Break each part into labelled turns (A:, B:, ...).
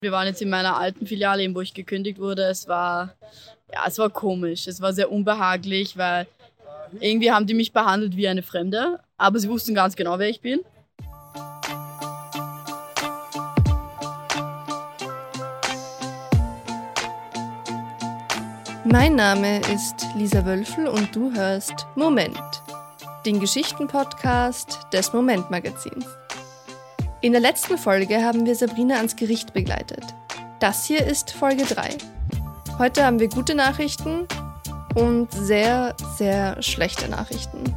A: Wir waren jetzt in meiner alten Filiale, wo ich gekündigt wurde. Es war komisch. Es war sehr unbehaglich, weil irgendwie haben die mich behandelt wie eine Fremde, aber sie wussten ganz genau, wer ich bin.
B: Mein Name ist Lisa Wölfel und du hörst Moment, den Geschichtenpodcast des Moment-Magazins. In der letzten Folge haben wir Sabrina ans Gericht begleitet. Das hier ist Folge 3. Heute haben wir gute Nachrichten und sehr, sehr schlechte Nachrichten.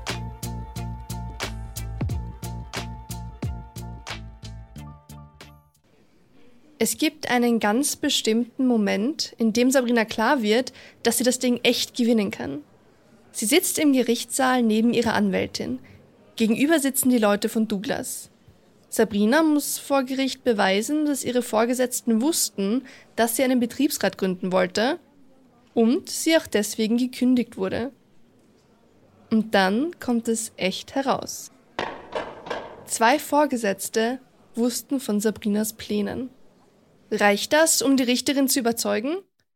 B: Es gibt einen ganz bestimmten Moment, in dem Sabrina klar wird, dass sie das Ding echt gewinnen kann. Sie sitzt im Gerichtssaal neben ihrer Anwältin. Gegenüber sitzen die Leute von Douglas. Sabrina muss vor Gericht beweisen, dass ihre Vorgesetzten wussten, dass sie einen Betriebsrat gründen wollte und sie auch deswegen gekündigt wurde. Und dann kommt es echt heraus. 2 Vorgesetzte wussten von Sabrinas Plänen. Reicht das, um die Richterin zu überzeugen?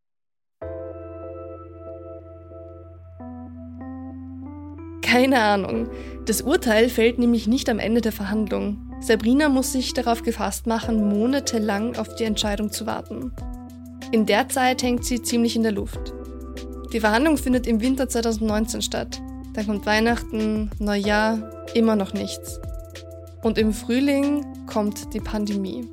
B: Keine Ahnung. Das Urteil fällt nämlich nicht am Ende der Verhandlung. Sabrina muss sich darauf gefasst machen, monatelang auf die Entscheidung zu warten. In der Zeit hängt sie ziemlich in der Luft. Die Verhandlung findet im Winter 2019 statt. Dann kommt Weihnachten, Neujahr, immer noch nichts. Und im Frühling kommt die Pandemie.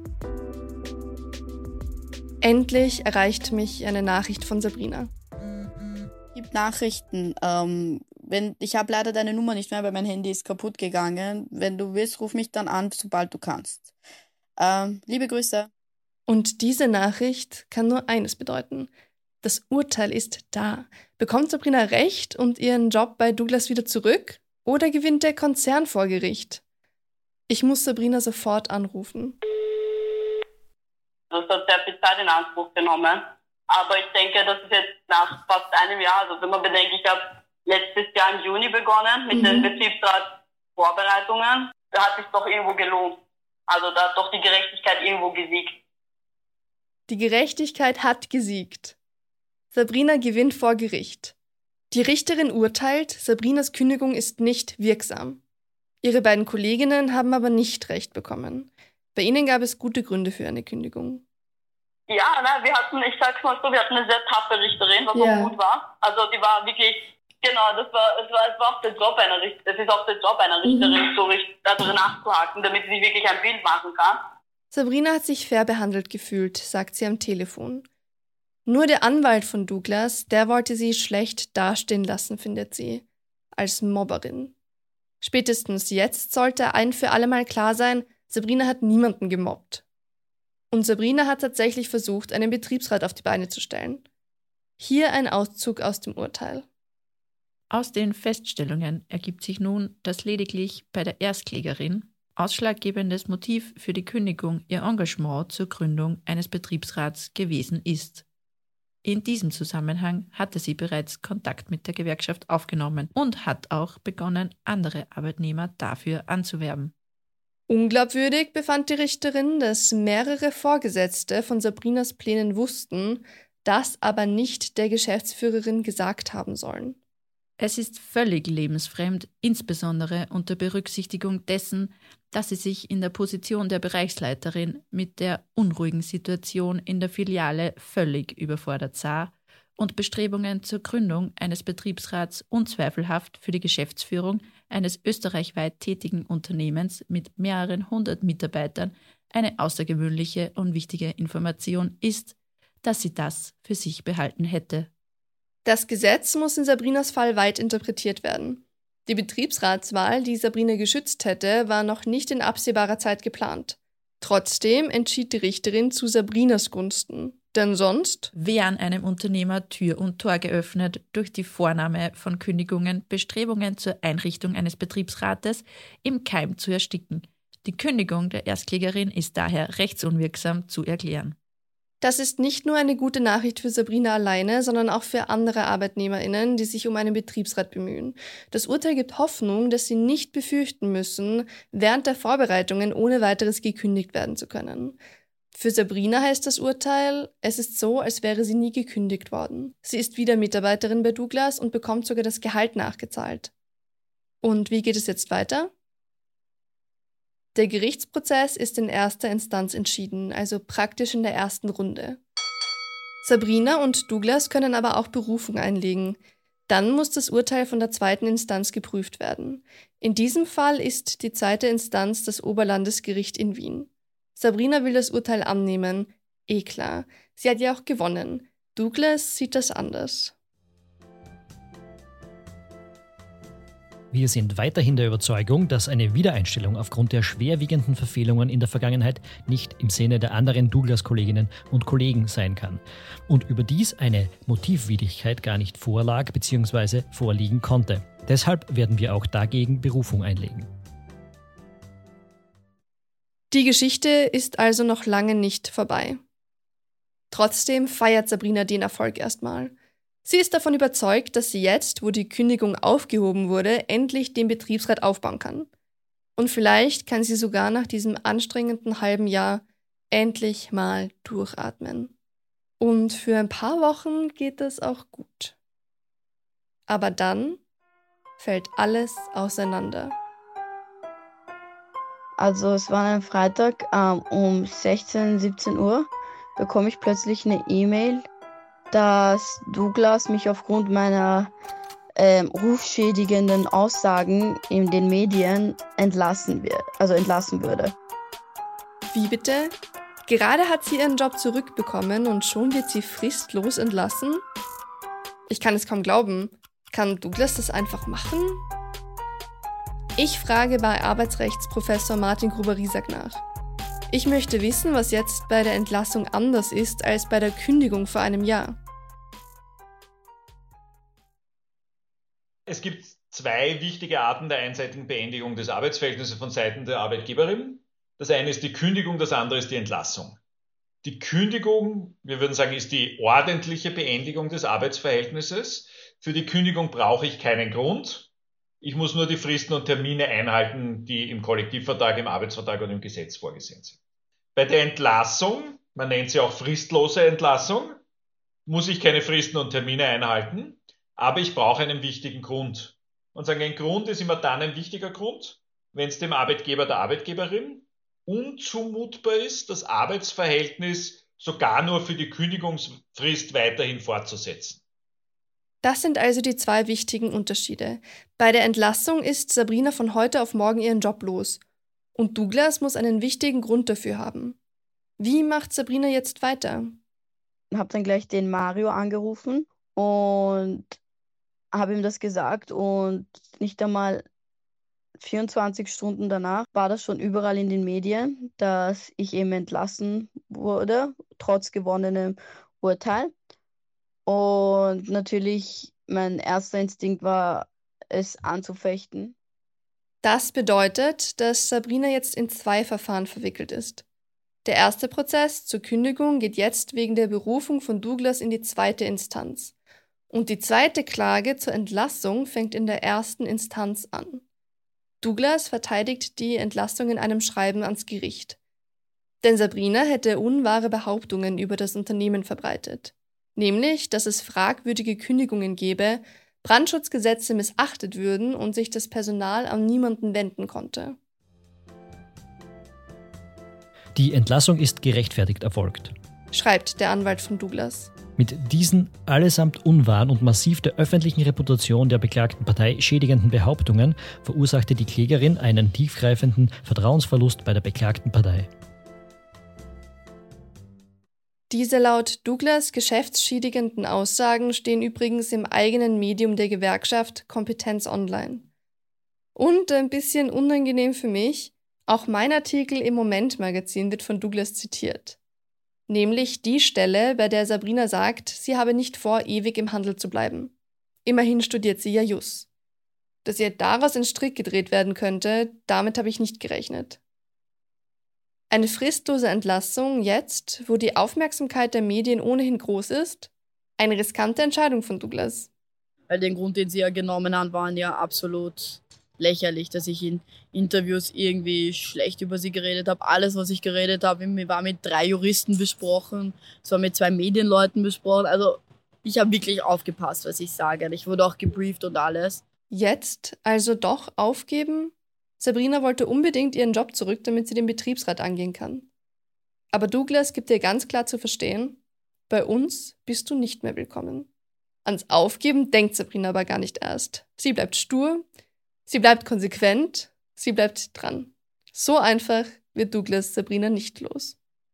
B: Endlich erreicht mich eine Nachricht von Sabrina.
C: Es gibt Nachrichten. Ich habe leider deine Nummer nicht mehr, weil mein Handy ist kaputt gegangen. Wenn du willst, ruf mich dann an, sobald du kannst. Liebe Grüße.
B: Und diese Nachricht kann nur eines bedeuten. Das Urteil ist da. Bekommt Sabrina recht und ihren Job bei Douglas wieder zurück? Oder gewinnt der Konzern vor Gericht? Ich muss Sabrina sofort anrufen.
D: Das hat sehr viel Zeit in Anspruch genommen. Aber ich denke, das ist jetzt nach fast einem Jahr, also wenn man bedenkt, ich habe letztes Jahr im Juni begonnen mit den Betriebsratsvorbereitungen, da hat es sich doch irgendwo gelohnt. Also da hat doch die Gerechtigkeit irgendwo gesiegt.
B: Die Gerechtigkeit hat gesiegt. Sabrina gewinnt vor Gericht. Die Richterin urteilt, Sabrinas Kündigung ist nicht wirksam. Ihre beiden Kolleginnen haben aber nicht recht bekommen. Bei ihnen gab es gute Gründe für eine Kündigung.
D: Ja, wir hatten eine sehr taffe Richterin, was auch gut war. Also die war wirklich, genau, es war auch der Job einer Richterin, es ist auch der Job einer Richterin, so darüber nachzuhaken, damit sie sich wirklich ein Bild machen kann.
B: Sabrina hat sich fair behandelt gefühlt, sagt sie am Telefon. Nur der Anwalt von Douglas, der wollte sie schlecht dastehen lassen, findet sie, als Mobberin. Spätestens jetzt sollte ein für alle Mal klar sein, Sabrina hat niemanden gemobbt. Und Sabrina hat tatsächlich versucht, einen Betriebsrat auf die Beine zu stellen. Hier ein Auszug aus dem Urteil.
E: Aus den Feststellungen ergibt sich nun, dass lediglich bei der Erstklägerin ausschlaggebendes Motiv für die Kündigung ihr Engagement zur Gründung eines Betriebsrats gewesen ist. In diesem Zusammenhang hatte sie bereits Kontakt mit der Gewerkschaft aufgenommen und hat auch begonnen, andere Arbeitnehmer dafür anzuwerben.
B: Unglaubwürdig befand die Richterin, dass mehrere Vorgesetzte von Sabrinas Plänen wussten, das aber nicht der Geschäftsführerin gesagt haben sollen.
E: Es ist völlig lebensfremd, insbesondere unter Berücksichtigung dessen, dass sie sich in der Position der Bereichsleiterin mit der unruhigen Situation in der Filiale völlig überfordert sah und Bestrebungen zur Gründung eines Betriebsrats unzweifelhaft für die Geschäftsführung eines österreichweit tätigen Unternehmens mit mehreren hundert Mitarbeitern eine außergewöhnliche und wichtige Information ist, dass sie das für sich behalten hätte.
B: Das Gesetz muss in Sabrinas Fall weit interpretiert werden. Die Betriebsratswahl, die Sabrina geschützt hätte, war noch nicht in absehbarer Zeit geplant. Trotzdem entschied die Richterin zu Sabrinas Gunsten. Denn sonst
E: wären einem Unternehmer Tür und Tor geöffnet, durch die Vornahme von Kündigungen Bestrebungen zur Einrichtung eines Betriebsrates im Keim zu ersticken. Die Kündigung der Erstklägerin ist daher rechtsunwirksam zu erklären.
B: Das ist nicht nur eine gute Nachricht für Sabrina alleine, sondern auch für andere ArbeitnehmerInnen, die sich um einen Betriebsrat bemühen. Das Urteil gibt Hoffnung, dass sie nicht befürchten müssen, während der Vorbereitungen ohne weiteres gekündigt werden zu können. Für Sabrina heißt das Urteil, es ist so, als wäre sie nie gekündigt worden. Sie ist wieder Mitarbeiterin bei Douglas und bekommt sogar das Gehalt nachgezahlt. Und wie geht es jetzt weiter? Der Gerichtsprozess ist in erster Instanz entschieden, also praktisch in der ersten Runde. Sabrina und Douglas können aber auch Berufung einlegen. Dann muss das Urteil von der zweiten Instanz geprüft werden. In diesem Fall ist die zweite Instanz das Oberlandesgericht in Wien. Sabrina will das Urteil annehmen. Klar. Sie hat ja auch gewonnen. Douglas sieht das anders.
F: Wir sind weiterhin der Überzeugung, dass eine Wiedereinstellung aufgrund der schwerwiegenden Verfehlungen in der Vergangenheit nicht im Sinne der anderen Douglas-Kolleginnen und Kollegen sein kann und überdies eine Motivwidrigkeit gar nicht vorlag bzw. vorliegen konnte. Deshalb werden wir auch dagegen Berufung einlegen.
B: Die Geschichte ist also noch lange nicht vorbei. Trotzdem feiert Sabrina den Erfolg erstmal. Sie ist davon überzeugt, dass sie jetzt, wo die Kündigung aufgehoben wurde, endlich den Betriebsrat aufbauen kann. Und vielleicht kann sie sogar nach diesem anstrengenden halben Jahr endlich mal durchatmen. Und für ein paar Wochen geht es auch gut. Aber dann fällt alles auseinander.
G: Also es war ein Freitag um 16, 17 Uhr bekomme ich plötzlich eine E-Mail, dass Douglas mich aufgrund meiner rufschädigenden Aussagen in den Medien entlassen würde.
B: Wie bitte? Gerade hat sie ihren Job zurückbekommen und schon wird sie fristlos entlassen? Ich kann es kaum glauben. Kann Douglas das einfach machen? Ich frage bei Arbeitsrechtsprofessor Martin Gruber-Riesack nach. Ich möchte wissen, was jetzt bei der Entlassung anders ist als bei der Kündigung vor einem Jahr.
H: Es gibt zwei wichtige Arten der einseitigen Beendigung des Arbeitsverhältnisses von Seiten der Arbeitgeberin. Das eine ist die Kündigung, das andere ist die Entlassung. Die Kündigung, wir würden sagen, ist die ordentliche Beendigung des Arbeitsverhältnisses. Für die Kündigung brauche ich keinen Grund. Ich muss nur die Fristen und Termine einhalten, die im Kollektivvertrag, im Arbeitsvertrag und im Gesetz vorgesehen sind. Bei der Entlassung, man nennt sie auch fristlose Entlassung, muss ich keine Fristen und Termine einhalten, aber ich brauche einen wichtigen Grund. Und sagen, ein Grund ist immer dann ein wichtiger Grund, wenn es dem Arbeitgeber, der Arbeitgeberin unzumutbar ist, das Arbeitsverhältnis sogar nur für die Kündigungsfrist weiterhin fortzusetzen.
B: Das sind also die zwei wichtigen Unterschiede. Bei der Entlassung ist Sabrina von heute auf morgen ihren Job los. Und Douglas muss einen wichtigen Grund dafür haben. Wie macht Sabrina jetzt weiter?
G: Ich habe dann gleich den Mario angerufen und habe ihm das gesagt und nicht einmal 24 Stunden danach war das schon überall in den Medien, dass ich eben entlassen wurde, trotz gewonnenem Urteil. Und natürlich, mein erster Instinkt war, es anzufechten.
B: Das bedeutet, dass Sabrina jetzt in 2 Verfahren verwickelt ist. Der erste Prozess zur Kündigung geht jetzt wegen der Berufung von Douglas in die 2. Instanz. Und die 2. Klage zur Entlassung fängt in der 1. Instanz an. Douglas verteidigt die Entlassung in einem Schreiben ans Gericht. Denn Sabrina hätte unwahre Behauptungen über das Unternehmen verbreitet. Nämlich, dass es fragwürdige Kündigungen gebe, Brandschutzgesetze missachtet würden und sich das Personal an niemanden wenden konnte.
F: Die Entlassung ist gerechtfertigt erfolgt,
B: schreibt der Anwalt von Douglas.
F: Mit diesen allesamt unwahren und massiv der öffentlichen Reputation der beklagten Partei schädigenden Behauptungen verursachte die Klägerin einen tiefgreifenden Vertrauensverlust bei der beklagten Partei.
B: Diese laut Douglas geschäftsschädigenden Aussagen stehen übrigens im eigenen Medium der Gewerkschaft Kompetenz Online. Und ein bisschen unangenehm für mich, auch mein Artikel im Moment-Magazin wird von Douglas zitiert. Nämlich die Stelle, bei der Sabrina sagt, sie habe nicht vor, ewig im Handel zu bleiben. Immerhin studiert sie ja Jus. Dass ihr daraus ein Strick gedreht werden könnte, damit habe ich nicht gerechnet. Eine fristlose Entlassung jetzt, wo die Aufmerksamkeit der Medien ohnehin groß ist? Eine riskante Entscheidung von Douglas.
A: Weil den Grund, den sie ja genommen haben, waren ja absolut lächerlich, dass ich in Interviews irgendwie schlecht über sie geredet habe. Alles, was ich geredet habe, war mit 3 Juristen besprochen, es war mit 2 Medienleuten besprochen. Also ich habe wirklich aufgepasst, was ich sage. Ich wurde auch gebrieft und alles.
B: Jetzt also doch aufgeben? Sabrina wollte unbedingt ihren Job zurück, damit sie den Betriebsrat angehen kann. Aber Douglas gibt ihr ganz klar zu verstehen, bei uns bist du nicht mehr willkommen. Ans Aufgeben denkt Sabrina aber gar nicht erst. Sie bleibt stur, sie bleibt konsequent, sie bleibt dran. So einfach wird Douglas Sabrina nicht los.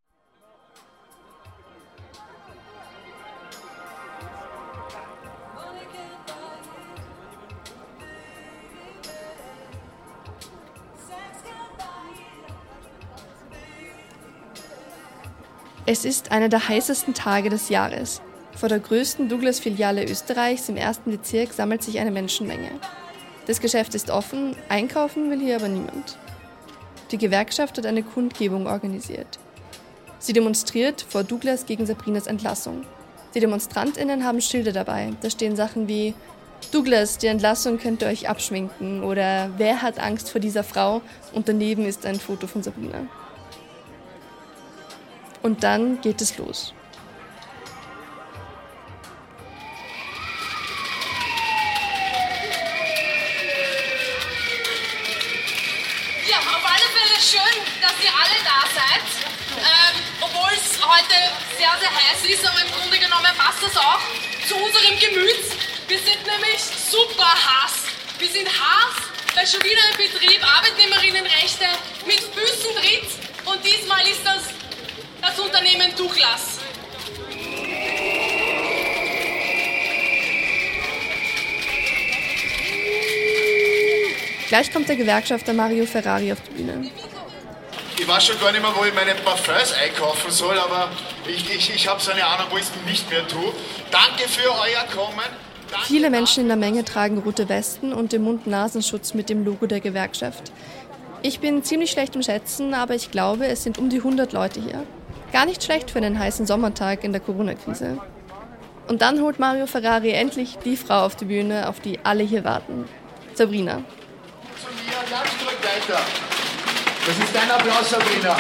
B: Es ist einer der heißesten Tage des Jahres. Vor der größten Douglas-Filiale Österreichs im 1. Bezirk sammelt sich eine Menschenmenge. Das Geschäft ist offen, einkaufen will hier aber niemand. Die Gewerkschaft hat eine Kundgebung organisiert. Sie demonstriert vor Douglas gegen Sabrinas Entlassung. Die DemonstrantInnen haben Schilder dabei. Da stehen Sachen wie Douglas, die Entlassung könnt ihr euch abschminken oder wer hat Angst vor dieser Frau? Und daneben ist ein Foto von Sabrina. Und dann geht es los.
I: Ja, auf alle Fälle schön, dass ihr alle da seid. Obwohl es heute sehr, sehr heiß ist, aber im Grunde genommen passt das auch zu unserem Gemüt. Wir sind nämlich super Hass. Wir sind Hass, weil schon wieder ein Betrieb Arbeitnehmerinnenrechte mit Füßen tritt. Und diesmal ist das Unternehmen Douglas.
B: Gleich kommt der Gewerkschafter Mario Ferrari auf die Bühne.
J: Ich weiß schon gar nicht mehr, wo ich meine Parfums einkaufen soll, aber ich habe so eine Ahnung, wo ich es nicht mehr tue. Danke für euer Kommen. Danke.
B: Viele Menschen in der Menge tragen rote Westen und den Mund-Nasenschutz mit dem Logo der Gewerkschaft. Ich bin ziemlich schlecht im Schätzen, aber ich glaube, es sind um die 100 Leute hier. Gar nicht schlecht für einen heißen Sommertag in der Corona-Krise. Und dann holt Mario Ferrari endlich die Frau auf die Bühne, auf die alle hier warten. Sabrina.
J: Zu mir, ganz zurück weiter. Das ist dein Applaus, Sabrina.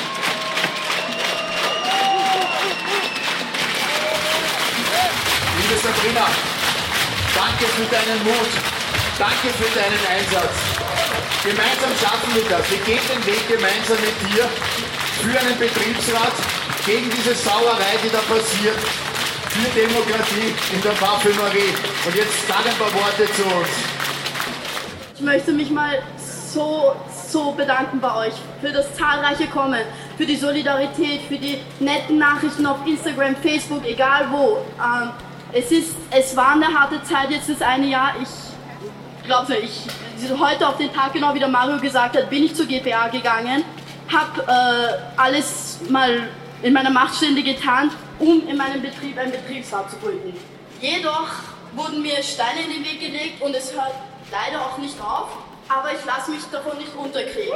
J: Liebe Sabrina, danke für deinen Mut. Danke für deinen Einsatz. Gemeinsam schaffen wir das. Wir gehen den Weg gemeinsam mit dir für einen Betriebsrat, gegen diese Sauerei, die da passiert, für Demokratie in der Parfümerie. Und jetzt sag ein paar Worte zu uns.
K: Ich möchte mich mal so bedanken bei euch für das zahlreiche Kommen, für die Solidarität, für die netten Nachrichten auf Instagram, Facebook, egal wo. Es war eine harte Zeit, jetzt das eine Jahr. Ich glaube nicht, heute auf den Tag genau, wie der Mario gesagt hat, bin ich zur GPA gegangen, habe alles mal in meiner Macht Stehende getan, um in meinem Betrieb einen Betriebsrat zu gründen. Jedoch wurden mir Steine in den Weg gelegt und es hört leider auch nicht auf, aber ich lasse mich davon nicht unterkriegen.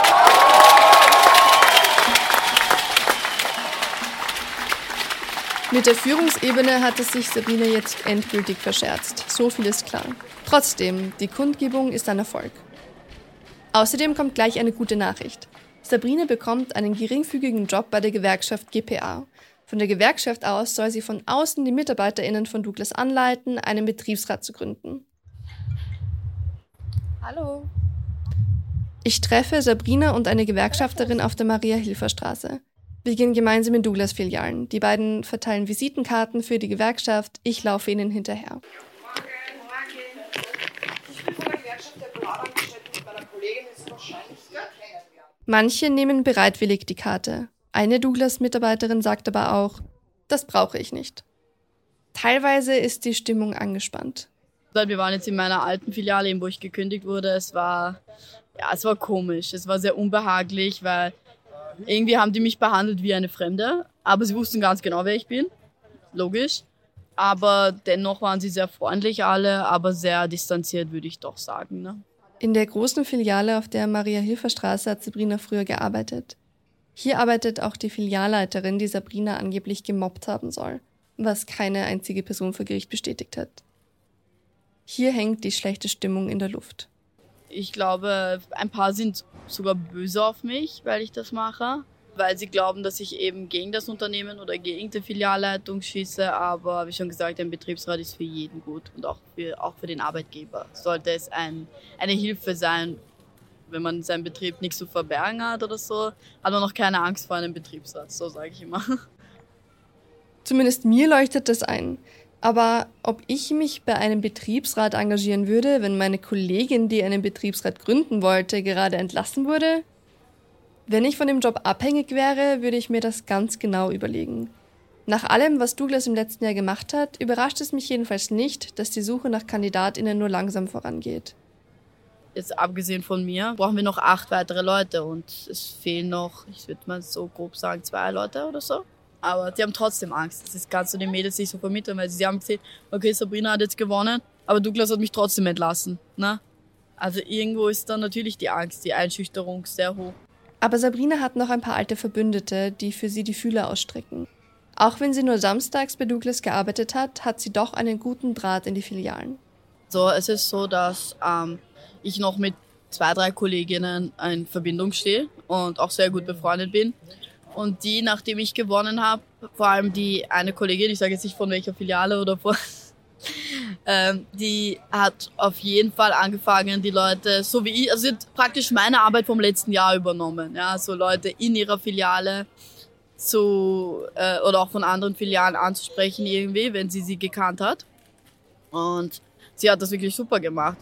B: Mit der Führungsebene hat es sich Sabrina jetzt endgültig verscherzt. So viel ist klar. Trotzdem, die Kundgebung ist ein Erfolg. Außerdem kommt gleich eine gute Nachricht. Sabrina bekommt einen geringfügigen Job bei der Gewerkschaft GPA. Von der Gewerkschaft aus soll sie von außen die MitarbeiterInnen von Douglas anleiten, einen Betriebsrat zu gründen. Hallo. Ich treffe Sabrina und eine Gewerkschafterin auf der Maria-Hilfer-Straße. Wir gehen gemeinsam in Douglas-Filialen. Die beiden verteilen Visitenkarten für die Gewerkschaft. Ich laufe ihnen hinterher. Manche nehmen bereitwillig die Karte. Eine Douglas-Mitarbeiterin sagt aber auch, das brauche ich nicht. Teilweise ist die Stimmung angespannt.
A: Wir waren jetzt in meiner alten Filiale, wo ich gekündigt wurde. Es war komisch. Es war sehr unbehaglich, weil irgendwie haben die mich behandelt wie eine Fremde. Aber sie wussten ganz genau, wer ich bin. Logisch. Aber dennoch waren sie sehr freundlich alle, aber sehr distanziert, würde ich doch sagen. Ne?
B: In der großen Filiale auf der Maria-Hilfer-Straße hat Sabrina früher gearbeitet. Hier arbeitet auch die Filialleiterin, die Sabrina angeblich gemobbt haben soll, was keine einzige Person vor Gericht bestätigt hat. Hier hängt die schlechte Stimmung in der Luft.
A: Ich glaube, ein paar sind sogar böse auf mich, weil ich das mache. Weil sie glauben, dass ich eben gegen das Unternehmen oder gegen die Filialleitung schieße. Aber wie schon gesagt, ein Betriebsrat ist für jeden gut und auch für den Arbeitgeber. Sollte es eine Hilfe sein, wenn man seinen Betrieb nicht zu verbergen hat oder so, hat man noch keine Angst vor einem Betriebsrat, so sage ich immer.
B: Zumindest mir leuchtet das ein. Aber ob ich mich bei einem Betriebsrat engagieren würde, wenn meine Kollegin, die einen Betriebsrat gründen wollte, gerade entlassen wurde? Wenn ich von dem Job abhängig wäre, würde ich mir das ganz genau überlegen. Nach allem, was Douglas im letzten Jahr gemacht hat, überrascht es mich jedenfalls nicht, dass die Suche nach KandidatInnen nur langsam vorangeht.
A: Jetzt abgesehen von mir brauchen wir noch 8 weitere Leute und es fehlen noch, ich würde mal so grob sagen, 2 Leute oder so. Aber die haben trotzdem Angst. Das kannst du den Mädels nicht so vermitteln, weil sie haben gesehen, okay, Sabrina hat jetzt gewonnen, aber Douglas hat mich trotzdem entlassen. Ne? Also irgendwo ist dann natürlich die Angst, die Einschüchterung sehr hoch.
B: Aber Sabrina hat noch ein paar alte Verbündete, die für sie die Fühler ausstrecken. Auch wenn sie nur samstags bei Douglas gearbeitet hat, hat sie doch einen guten Draht in die Filialen.
A: So, es ist so, dass ich noch mit 2, 3 Kolleginnen in Verbindung stehe und auch sehr gut befreundet bin. Und die, nachdem ich gewonnen habe, vor allem die eine Kollegin, ich sage jetzt nicht von welcher Filiale oder von, die hat auf jeden Fall angefangen, die Leute, so wie ich, also sie hat praktisch meine Arbeit vom letzten Jahr übernommen. Ja, so Leute in ihrer Filiale oder auch von anderen Filialen anzusprechen irgendwie, wenn sie gekannt hat. Und sie hat das wirklich super gemacht.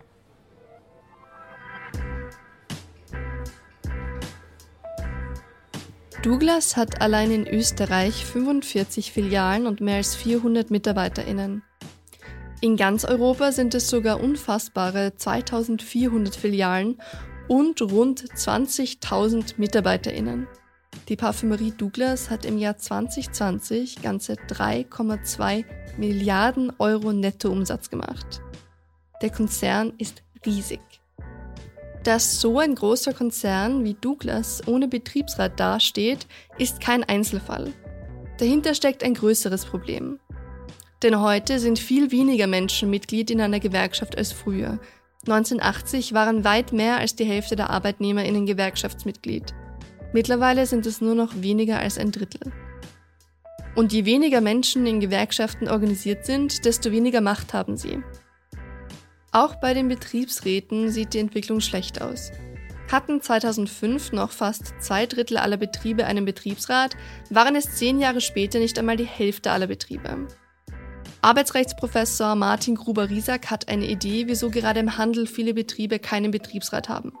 B: Douglas hat allein in Österreich 45 Filialen und mehr als 400 MitarbeiterInnen. In ganz Europa sind es sogar unfassbare 2400 Filialen und rund 20.000 MitarbeiterInnen. Die Parfümerie Douglas hat im Jahr 2020 ganze 3,2 Milliarden Euro Nettoumsatz gemacht. Der Konzern ist riesig. Dass so ein großer Konzern wie Douglas ohne Betriebsrat dasteht, ist kein Einzelfall. Dahinter steckt ein größeres Problem. Denn heute sind viel weniger Menschen Mitglied in einer Gewerkschaft als früher. 1980 waren weit mehr als die Hälfte der ArbeitnehmerInnen Gewerkschaftsmitglied. Mittlerweile sind es nur noch weniger als ein Drittel. Und je weniger Menschen in Gewerkschaften organisiert sind, desto weniger Macht haben sie. Auch bei den Betriebsräten sieht die Entwicklung schlecht aus. Hatten 2005 noch fast 2/3 aller Betriebe einen Betriebsrat, waren es 10 Jahre später nicht einmal die Hälfte aller Betriebe. Arbeitsrechtsprofessor Martin Gruber-Riesack hat eine Idee, wieso gerade im Handel viele Betriebe keinen Betriebsrat haben.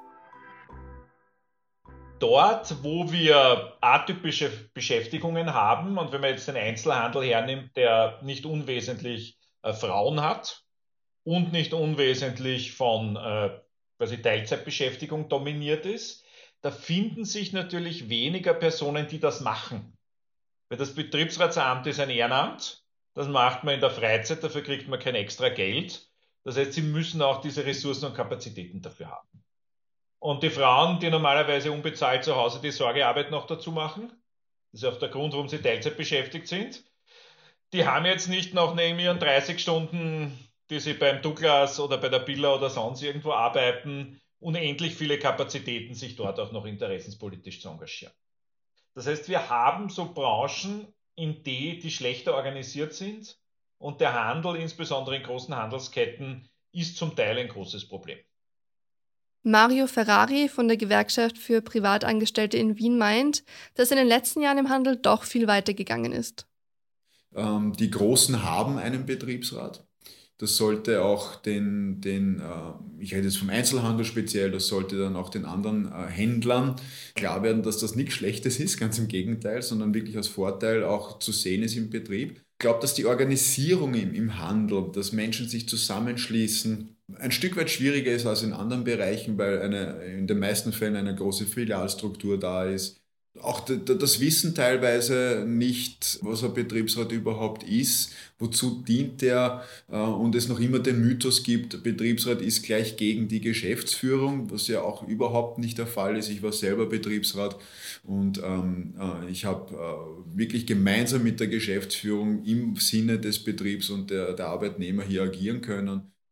H: Dort, wo wir atypische Beschäftigungen haben, und wenn man jetzt den Einzelhandel hernimmt, der nicht unwesentlich Frauen hat und nicht unwesentlich von Teilzeitbeschäftigung dominiert ist, da finden sich natürlich weniger Personen, die das machen. Weil das Betriebsratsamt ist ein Ehrenamt, das macht man in der Freizeit, dafür kriegt man kein extra Geld. Das heißt, sie müssen auch diese Ressourcen und Kapazitäten dafür haben. Und die Frauen, die normalerweise unbezahlt zu Hause die Sorgearbeit noch dazu machen, das ist auch der Grund, warum sie Teilzeit beschäftigt sind, die haben jetzt nicht noch neben ihren 30 Stunden, die sie beim Douglas oder bei der Billa oder sonst irgendwo arbeiten, unendlich viele Kapazitäten, sich dort auch noch interessenspolitisch zu engagieren. Das heißt, wir haben so Branchen, in die schlechter organisiert sind, und der Handel, insbesondere in großen Handelsketten, ist zum Teil ein großes Problem.
B: Mario Ferrari von der Gewerkschaft für Privatangestellte in Wien meint, dass in den letzten Jahren im Handel doch viel weiter gegangen ist.
L: Die Großen haben einen Betriebsrat. Das sollte auch ich rede jetzt vom Einzelhandel speziell, das sollte dann auch den anderen Händlern klar werden, dass das nichts Schlechtes ist, ganz im Gegenteil, sondern wirklich als Vorteil auch zu sehen ist im Betrieb. Ich glaube, dass die Organisierung im Handel, dass Menschen sich zusammenschließen, ein Stück weit schwieriger ist als in anderen Bereichen, weil in den meisten Fällen eine große Filialstruktur da ist. Auch das Wissen teilweise nicht, was ein Betriebsrat überhaupt ist, wozu dient der, und es noch immer den Mythos gibt, der Betriebsrat ist gleich gegen die Geschäftsführung, was ja auch überhaupt nicht der Fall ist. Ich war selber Betriebsrat und ich habe wirklich gemeinsam mit der Geschäftsführung im Sinne des Betriebs und der Arbeitnehmer hier agieren können.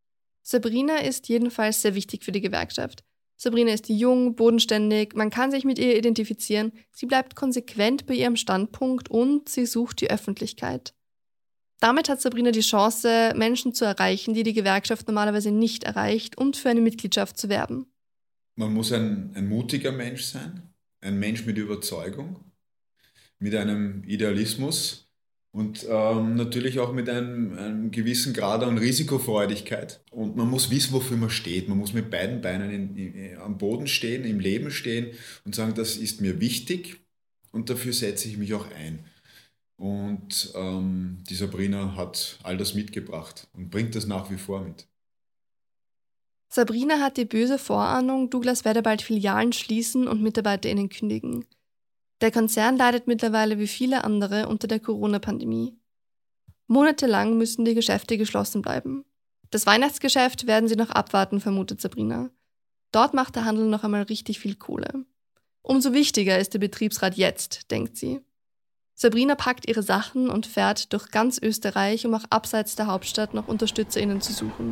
B: Sabrina ist jedenfalls sehr wichtig für die Gewerkschaft. Sabrina ist jung, bodenständig, man kann sich mit ihr identifizieren, sie bleibt konsequent bei ihrem Standpunkt und sie sucht die Öffentlichkeit. Damit hat Sabrina die Chance, Menschen zu erreichen, die die Gewerkschaft normalerweise nicht erreicht, und für eine Mitgliedschaft zu werben.
L: Man muss ein mutiger Mensch sein, ein Mensch mit Überzeugung, mit einem Idealismus und natürlich auch mit einem gewissen Grad an Risikofreudigkeit. Und man muss wissen, wofür man steht. Man muss mit beiden Beinen am Boden stehen, im Leben stehen und sagen, das ist mir wichtig und dafür setze ich mich auch ein. Und die Sabrina hat all das mitgebracht und bringt das nach wie vor mit.
B: Sabrina hat die böse Vorahnung, Douglas werde bald Filialen schließen und MitarbeiterInnen kündigen. Der Konzern leidet mittlerweile wie viele andere unter der Corona-Pandemie. Monatelang müssen die Geschäfte geschlossen bleiben. Das Weihnachtsgeschäft werden sie noch abwarten, vermutet Sabrina. Dort macht der Handel noch einmal richtig viel Kohle. Umso wichtiger ist der Betriebsrat jetzt, denkt sie. Sabrina packt ihre Sachen und fährt durch ganz Österreich, um auch abseits der Hauptstadt noch UnterstützerInnen zu suchen.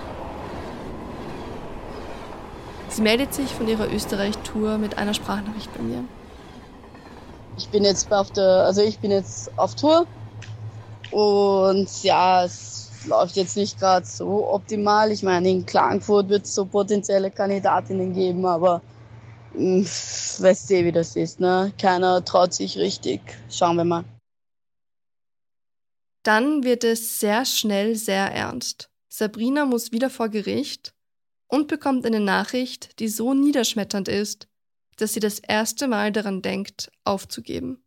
B: Sie meldet sich von ihrer Österreich-Tour mit einer Sprachnachricht bei mir.
G: Ich bin jetzt auf Tour und ja, es läuft jetzt nicht gerade so optimal. Ich meine, in Klagenfurt wird es so potenzielle Kandidatinnen geben, aber weißt du, wie das ist, ne? Keiner traut sich richtig. Schauen wir mal.
B: Dann wird es sehr schnell sehr ernst. Sabrina muss wieder vor Gericht und bekommt eine Nachricht, die so niederschmetternd ist, dass sie das erste Mal daran denkt, aufzugeben.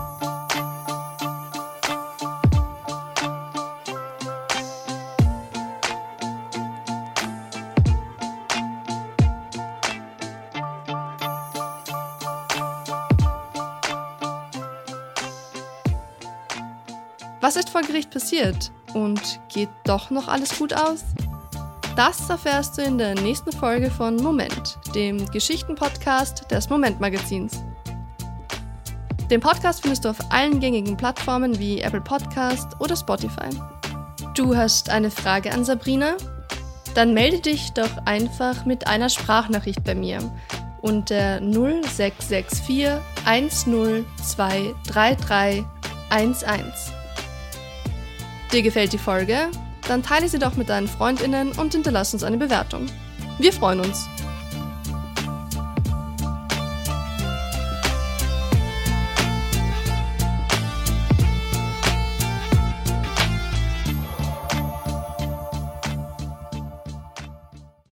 B: Was ist vor Gericht passiert? Und geht doch noch alles gut aus? Das erfährst du in der nächsten Folge von Moment, dem Geschichten-Podcast des Moment-Magazins. Den Podcast findest du auf allen gängigen Plattformen wie Apple Podcast oder Spotify. Du hast eine Frage an Sabrina? Dann melde dich doch einfach mit einer Sprachnachricht bei mir unter 0664 102 3311. Dir gefällt die Folge? Dann teile sie doch mit deinen FreundInnen und hinterlass uns eine Bewertung. Wir freuen uns!